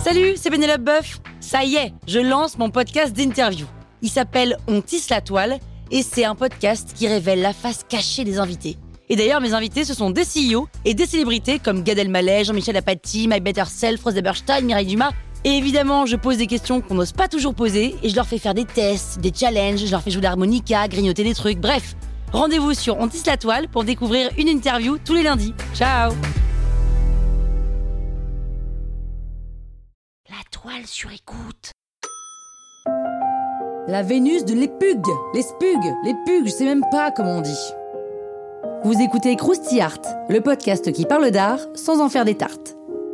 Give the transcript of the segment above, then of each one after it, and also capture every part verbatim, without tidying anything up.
Salut, c'est Pénélope Boeuf. Ça y est, je lance mon podcast d'interview. Il s'appelle On tisse la toile et c'est un podcast qui révèle la face cachée des invités. Et d'ailleurs, mes invités, ce sont des C E O et des célébrités comme Gad Elmaleh, Jean-Michel Apathy, My Better Self, Rose Eberstein, Mireille Dumas. Et évidemment, je pose des questions qu'on n'ose pas toujours poser et je leur fais faire des tests, des challenges, je leur fais jouer l'harmonica, grignoter des trucs, bref. Rendez-vous sur On tisse la toile pour découvrir une interview tous les lundis. Ciao! La toile sur écoute. La Vénus de l'Épug, les Spugs, les Pugs, je sais même pas comment on dit. Vous écoutez Krusty Art, le podcast qui parle d'art sans en faire des tartes.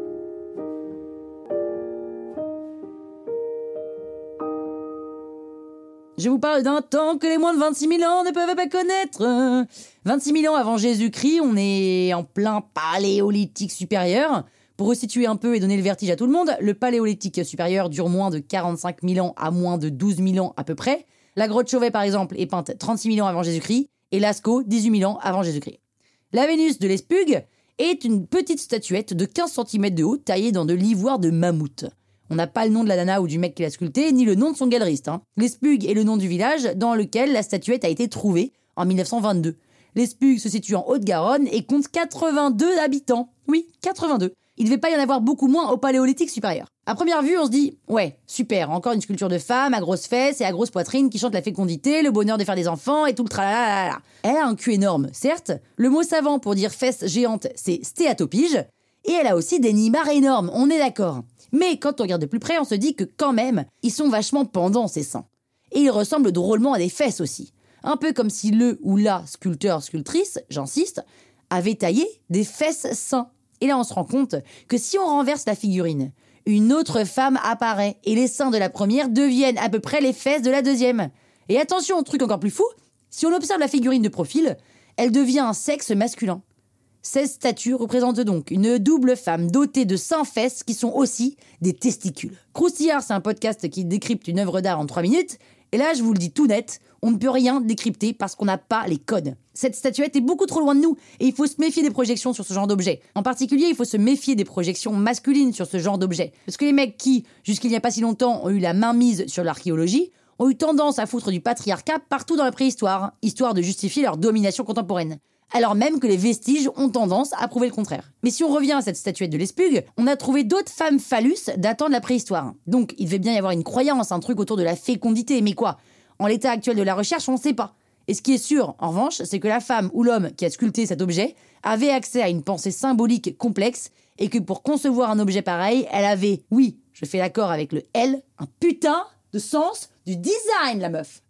Je vous parle d'un temps que les moins de vingt-six mille ans ne peuvent pas connaître. vingt-six mille ans avant Jésus-Christ, on est en plein paléolithique supérieur. Pour resituer un peu et donner le vertige à tout le monde, le paléolithique supérieur dure moins de quarante-cinq mille ans à moins de douze mille ans à peu près. La grotte Chauvet, par exemple, est peinte trente-six mille ans avant Jésus-Christ et Lascaux, dix-huit mille ans avant Jésus-Christ. La Vénus de l'Espug est une petite statuette de quinze centimètres de haut taillée dans de l'ivoire de mammouth. On n'a pas le nom de la nana ou du mec qui l'a sculptée, ni le nom de son galeriste. Hein. L'Espug est le nom du village dans lequel la statuette a été trouvée en mille neuf cent vingt-deux. L'Espug se situe en Haute-Garonne et compte quatre-vingt-deux habitants. Oui, quatre-vingt-deux. Il devait pas y en avoir beaucoup moins au paléolithique supérieur. À première vue, on se dit « Ouais, super, encore une sculpture de femme à grosses fesses et à grosse poitrine qui chante la fécondité, le bonheur de faire des enfants et tout le tralala. » Elle a un cul énorme, certes. Le mot savant pour dire fesses géantes, c'est stéatopige. Et elle a aussi des nibards énormes, on est d'accord. Mais quand on regarde de plus près, on se dit que quand même, ils sont vachement pendants, ces seins. Et ils ressemblent drôlement à des fesses aussi. Un peu comme si le ou la sculpteur-sculptrice, j'insiste, avait taillé des fesses-seins. Et là, on se rend compte que si on renverse la figurine, une autre femme apparaît et les seins de la première deviennent à peu près les fesses de la deuxième. Et attention au truc encore plus fou, si on observe la figurine de profil, elle devient un sexe masculin. Cette statue représente donc une double femme dotée de seins fesses qui sont aussi des testicules. Krusty Art, c'est un podcast qui décrypte une œuvre d'art en trois minutes. Et là, je vous le dis tout net, on ne peut rien décrypter parce qu'on n'a pas les codes. Cette statuette est beaucoup trop loin de nous et il faut se méfier des projections sur ce genre d'objet. En particulier, il faut se méfier des projections masculines sur ce genre d'objet. Parce que les mecs qui, jusqu'il n'y a pas si longtemps, ont eu la main mise sur l'archéologie, ont eu tendance à foutre du patriarcat partout dans la préhistoire, histoire de justifier leur domination contemporaine. Alors même que les vestiges ont tendance à prouver le contraire. Mais si on revient à cette statuette de l'Espug, on a trouvé d'autres femmes phallus datant de la préhistoire. Donc il devait bien y avoir une croyance, un truc autour de la fécondité, mais quoi ? En l'état actuel de la recherche, on ne sait pas. Et ce qui est sûr, en revanche, c'est que la femme ou l'homme qui a sculpté cet objet avait accès à une pensée symbolique complexe et que pour concevoir un objet pareil, elle avait, oui, je fais l'accord avec le L, un putain de sens du design, la meuf.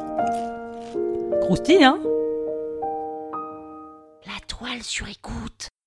Croustille, hein ? La toile sur écoute.